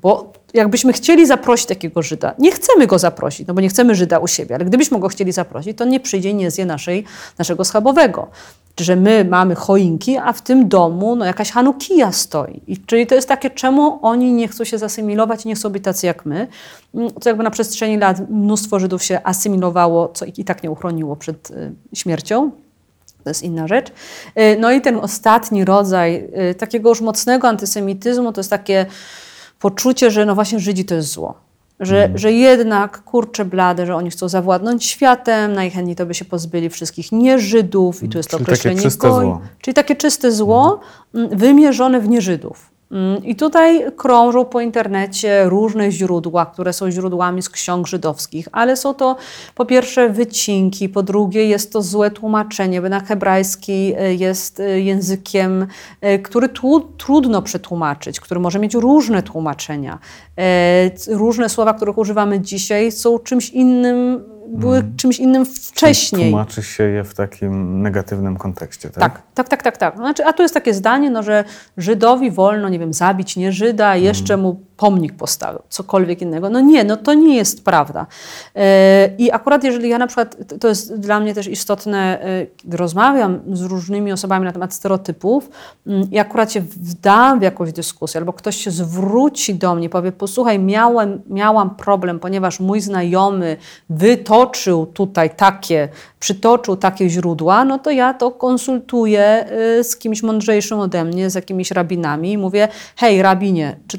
jakbyśmy chcieli zaprosić takiego Żyda, nie chcemy go zaprosić, no bo nie chcemy Żyda u siebie, ale gdybyśmy go chcieli zaprosić, to on nie przyjdzie i nie zje naszej, naszego schabowego. Że my mamy choinki, a w tym domu no, jakaś Hanukija stoi. I, czyli to jest takie, czemu oni nie chcą się zasymilować i nie chcą być tacy jak my. Co jakby na przestrzeni lat mnóstwo Żydów się asymilowało, co i, i tak nie uchroniło przed y, śmiercią. To jest inna rzecz. Y, no i ten ostatni rodzaj y, takiego już mocnego antysemityzmu to jest takie poczucie, że no właśnie Żydzi to jest zło. Że, mm. że jednak, kurczę blade, że oni chcą zawładnąć światem, najchętniej to by się pozbyli wszystkich nieżydów i tu jest to Czyli określenie takie czyste goj, zło. czyli takie czyste zło mm. wymierzone w nieżydów. I tutaj krążą po internecie różne źródła, które są źródłami z ksiąg żydowskich, ale są to po pierwsze wycinki, po drugie jest to złe tłumaczenie, bo na hebrajski jest językiem, który tu, trudno przetłumaczyć, który może mieć różne tłumaczenia. Różne słowa, których używamy dzisiaj, są czymś innym, były hmm. czymś innym wcześniej. Tłumaczy się je w takim negatywnym kontekście, tak? Tak, tak, tak, tak. tak. Znaczy, a tu jest takie zdanie, no, że Żydowi wolno, nie wiem, zabić nie Żyda, jeszcze hmm. mu pomnik postawił, cokolwiek innego. No nie, no to nie jest prawda. Yy, I akurat jeżeli ja na przykład, to jest dla mnie też istotne, yy, rozmawiam z różnymi osobami na temat stereotypów yy, i akurat się wdam w jakąś dyskusję, albo ktoś się zwróci do mnie, powie, posłuchaj, miałem, miałam problem, ponieważ mój znajomy wytoczył tutaj takie, przytoczył takie źródła, no to ja to konsultuję yy, z kimś mądrzejszym ode mnie, z jakimiś rabinami i mówię, hej rabinie, czy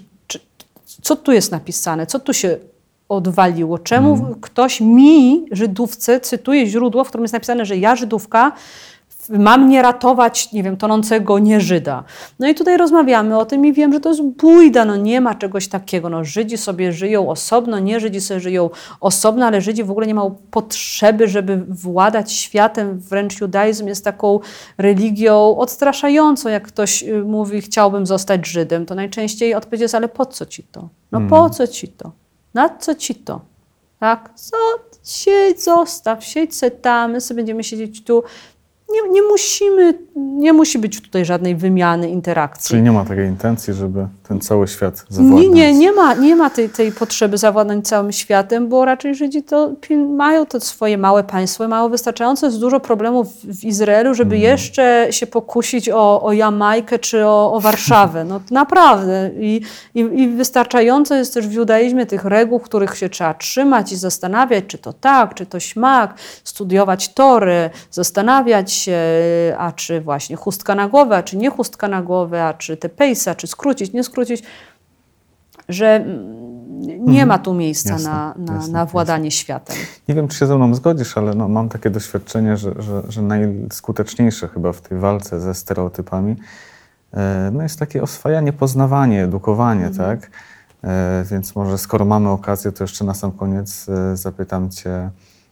co tu jest napisane? Co tu się odwaliło? Czemu hmm. ktoś mi, Żydówce, cytuje źródło, w którym jest napisane, że ja, Żydówka, mam nie ratować, nie wiem, tonącego nieżyda. No i tutaj rozmawiamy o tym i wiem, że to jest bójda, no nie ma czegoś takiego. No Żydzi sobie żyją osobno, nie Żydzi sobie żyją osobno, ale Żydzi w ogóle nie mają potrzeby, żeby władać światem. Wręcz judaizm jest taką religią odstraszającą. Jak ktoś mówi, chciałbym zostać Żydem, to najczęściej odpowiedź jest, ale po co ci to? No mm. po co ci to? Na co ci to? Tak? Co? Siedź, zostaw, siedź se tam, my sobie będziemy siedzieć tu. Nie, nie musimy, nie musi być tutaj żadnej wymiany, interakcji. Czyli nie ma takiej intencji, żeby ten cały świat zawładnąć? Nie, nie, nie ma, nie ma tej, tej potrzeby zawładnąć całym światem, bo raczej Żydzi to mają to swoje małe państwo, mają wystarczająco jest dużo problemów w Izraelu, żeby mm. jeszcze się pokusić o, o Jamajkę czy o, o Warszawę. No naprawdę. I, i, I wystarczająco jest też w judaizmie tych reguł, których się trzeba trzymać i zastanawiać, czy to tak, czy to śmak, studiować Tory, zastanawiać się, a czy właśnie chustka na głowę, a czy nie chustka na głowę, a czy te pejsa, czy skrócić, nie skrócić, że nie ma tu miejsca jasne, na, na, jasne, na władanie jasne. światem. Nie wiem, czy się ze mną zgodzisz, ale no, mam takie doświadczenie, że, że, że najskuteczniejsze chyba w tej walce ze stereotypami e, no jest takie oswajanie, poznawanie, edukowanie, mhm. tak? E, więc może skoro mamy okazję, to jeszcze na sam koniec e, zapytam Cię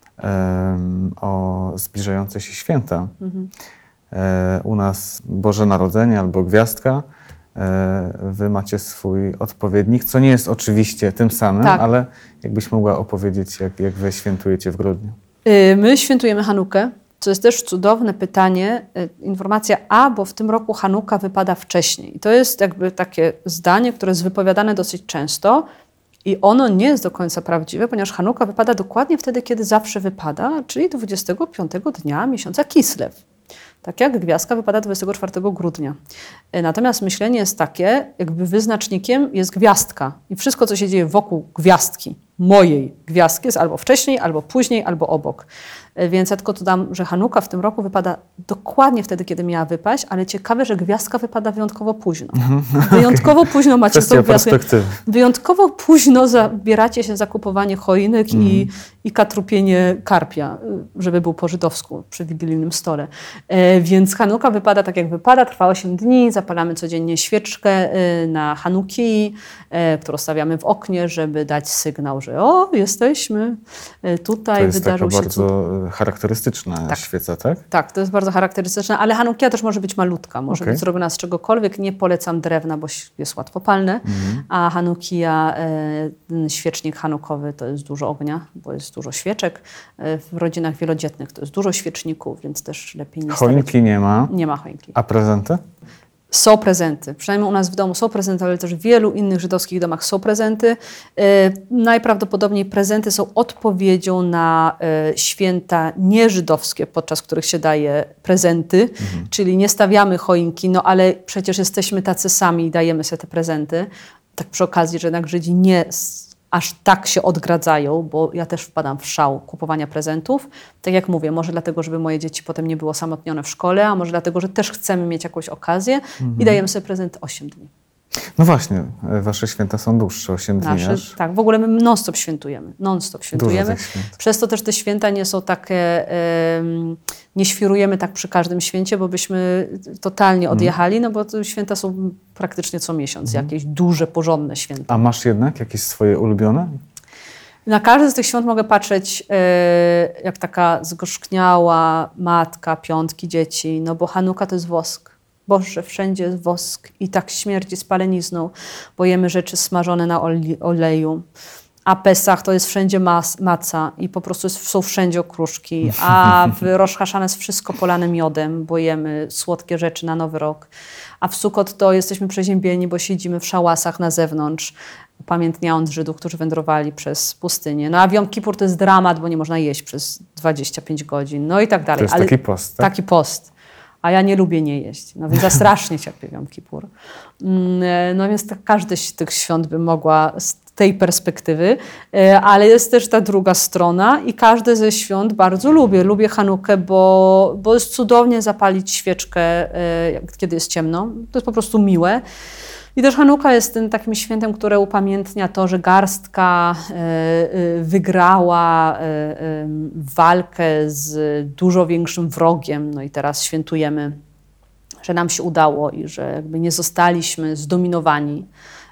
o zbliżające się święta. Mhm. U nas Boże Narodzenie albo Gwiazdka. Wy macie swój odpowiednik, co nie jest oczywiście tym samym, tak. ale jakbyś mogła opowiedzieć, jak, jak wy świętujecie w grudniu? My świętujemy Hanukę, co jest też cudowne pytanie. Informacja A, bo w tym roku Hanuka wypada wcześniej. I to jest jakby takie zdanie, które jest wypowiadane dosyć często, i ono nie jest do końca prawdziwe, ponieważ Hanuka wypada dokładnie wtedy, kiedy zawsze wypada, czyli dwudziestego piątego dnia miesiąca Kislew. Tak jak Gwiazdka wypada dwudziestego czwartego grudnia. Natomiast myślenie jest takie, jakby wyznacznikiem jest gwiazdka. I wszystko, co się dzieje wokół gwiazdki, mojej gwiazdki, jest albo wcześniej, albo później, albo obok. Więc ja tylko dodam, że Hanuka w tym roku wypada dokładnie wtedy, kiedy miała wypaść, ale ciekawe, że Gwiazdka wypada wyjątkowo późno. Wyjątkowo okay. późno macie tą gwiazdkę. Wyjątkowo późno zabieracie się za kupowanie choinek mm. i, i katrupienie karpia, żeby był po żydowsku przy wigilijnym stole. E, więc Hanuka wypada tak, jak wypada, trwa osiem dni, zapalamy codziennie świeczkę e, na Hanuki, e, którą stawiamy w oknie, żeby dać sygnał, że o, jesteśmy, e, tutaj wydarzył się... To jest taka bardzo charakterystyczna tak. świeca, tak? Tak, to jest bardzo charakterystyczne, ale Hanukia też może być malutka, może okay. być zrobiona z czegokolwiek. Nie polecam drewna, bo jest łatwopalne, mm. a Hanukia, e, świecznik hanukowy to jest dużo ognia, bo jest dużo świeczek. E, w rodzinach wielodzietnych to jest dużo świeczników, więc też lepiej nie Choinki stawiać. nie ma? Nie ma choinki. A prezenty? Są prezenty. Przynajmniej u nas w domu są prezenty, ale też w wielu innych żydowskich domach są prezenty. E, najprawdopodobniej prezenty są odpowiedzią na e, święta nieżydowskie, podczas których się daje prezenty, mhm. czyli nie stawiamy choinki, no ale przecież jesteśmy tacy sami i dajemy sobie te prezenty. Tak przy okazji, że jednak Żydzi nie aż tak się odgradzają, bo ja też wpadam w szał kupowania prezentów. Tak jak mówię, może dlatego, żeby moje dzieci potem nie było osamotnione w szkole, a może dlatego, że też chcemy mieć jakąś okazję mhm. i dajemy sobie prezent osiem dni. No właśnie, wasze święta są dłuższe, osiem dni aż. Tak, w ogóle my non-stop świętujemy. Non-stop świętujemy. Przez to też te święta nie są takie, um, nie świrujemy tak przy każdym święcie, bo byśmy totalnie odjechali, mm. no bo te święta są praktycznie co miesiąc, mm. jakieś duże, porządne święta. A masz jednak jakieś swoje ulubione? Na każdy z tych świąt mogę patrzeć e, jak taka zgorzkniała matka piątki dzieci, no bo Hanuka to jest wosk. Boże, wszędzie jest wosk i tak śmierdzi spalenizną, bo jemy rzeczy smażone na oleju. A Pesach to jest wszędzie mas, maca i po prostu jest, są wszędzie okruszki. A w Rosh Hashana jest wszystko polane miodem, bo jemy słodkie rzeczy na Nowy Rok. A w Sukot to jesteśmy przeziębieni, bo siedzimy w szałasach na zewnątrz, upamiętniając Żydów, którzy wędrowali przez pustynię. No a w Jom Kippur to jest dramat, bo nie można jeść przez dwadzieścia pięć godzin, no i tak dalej. To jest Ale taki post, tak? Taki post. A ja nie lubię nie jeść, no więc za strasznie cierpię Jom Kippur. No więc tak każdy z tych świąt by mogła z tej perspektywy, ale jest też ta druga strona i każde ze świąt bardzo lubię. Lubię Hanukę, bo, bo jest cudownie zapalić świeczkę, kiedy jest ciemno. To jest po prostu miłe. I też Hanuka jest tym takim świętem, które upamiętnia to, że garstka wygrała walkę z dużo większym wrogiem. No i teraz świętujemy, że nam się udało i że jakby nie zostaliśmy zdominowani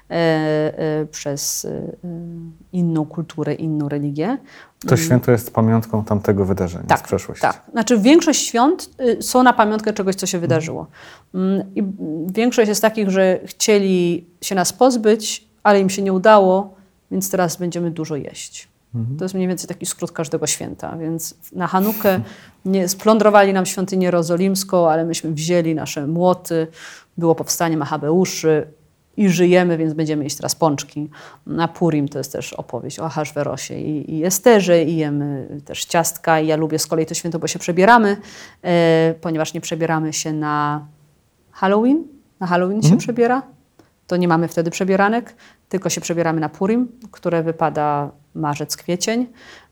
przez inną kulturę, inną religię. To święto jest pamiątką tamtego wydarzenia tak, z przeszłości. Tak, znaczy większość świąt są na pamiątkę czegoś, co się wydarzyło. I większość jest takich, że chcieli się nas pozbyć, ale im się nie udało, więc teraz będziemy dużo jeść. Mhm. To jest mniej więcej taki skrót każdego święta. Więc na Hanukę nie, splądrowali nam świątynię jerozolimską, ale myśmy wzięli nasze młoty, było powstanie Machabeuszy, i żyjemy, więc będziemy jeść teraz pączki. Na Purim to jest też opowieść o Ahaswerosie i, i Esterze i jemy też ciastka. I ja lubię z kolei to święto, bo się przebieramy, e, ponieważ nie przebieramy się na Halloween. Na Halloween mm. się przebiera. To nie mamy wtedy przebieranek, tylko się przebieramy na Purim, które wypada marzec, kwiecień.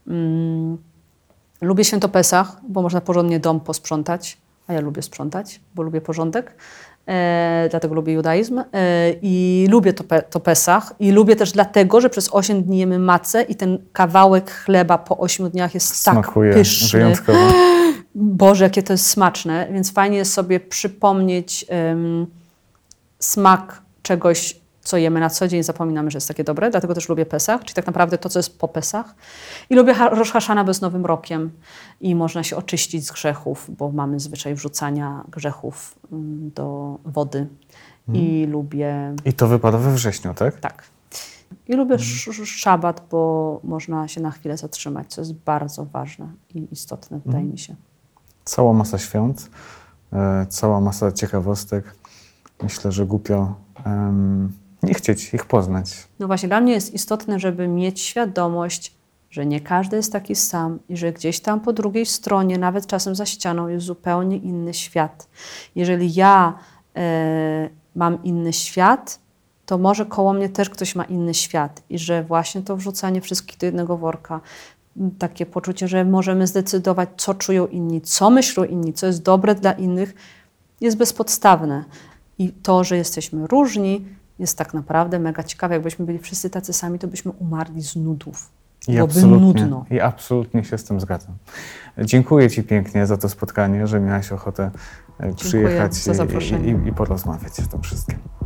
Mm. Lubię święto Pesach, bo można porządnie dom posprzątać, a ja lubię sprzątać, bo lubię porządek. E, dlatego lubię judaizm e, i lubię to, pe, to Pesach i lubię też dlatego, że przez osiem dni jemy macę i ten kawałek chleba po ośmiu dniach jest Smakuje tak pyszny. Wyjątkowo. Boże, jakie to jest smaczne, więc fajnie jest sobie przypomnieć um, smak czegoś, co jemy na co dzień, zapominamy, że jest takie dobre, dlatego też lubię Pesach, czyli tak naprawdę to, co jest po Pesach. I lubię Rosh Hashana, bo jest Nowym Rokiem i można się oczyścić z grzechów, bo mamy zwyczaj wrzucania grzechów do wody. Hmm. I lubię... I to wypada we wrześniu, tak? Tak. I lubię hmm. szabat, bo można się na chwilę zatrzymać, co jest bardzo ważne i istotne, wydaje hmm. mi się. Cała masa świąt, e, cała masa ciekawostek. Myślę, że głupio um, nie chcieć ich poznać. No właśnie, dla mnie jest istotne, żeby mieć świadomość, że nie każdy jest taki sam i że gdzieś tam po drugiej stronie, nawet czasem za ścianą, jest zupełnie inny świat. Jeżeli ja e, mam inny świat, to może koło mnie też ktoś ma inny świat i że właśnie to wrzucanie wszystkich do jednego worka, takie poczucie, że możemy zdecydować, co czują inni, co myślą inni, co jest dobre dla innych, jest bezpodstawne. I to, że jesteśmy różni, jest tak naprawdę mega ciekawe. Jakbyśmy byli wszyscy tacy sami, to byśmy umarli z nudów. I Byłoby nudno. I absolutnie się z tym zgadzam. Dziękuję Ci pięknie za to spotkanie, że miałaś ochotę Dziękuję przyjechać za zaproszenie. i, i, i porozmawiać o tym wszystkim.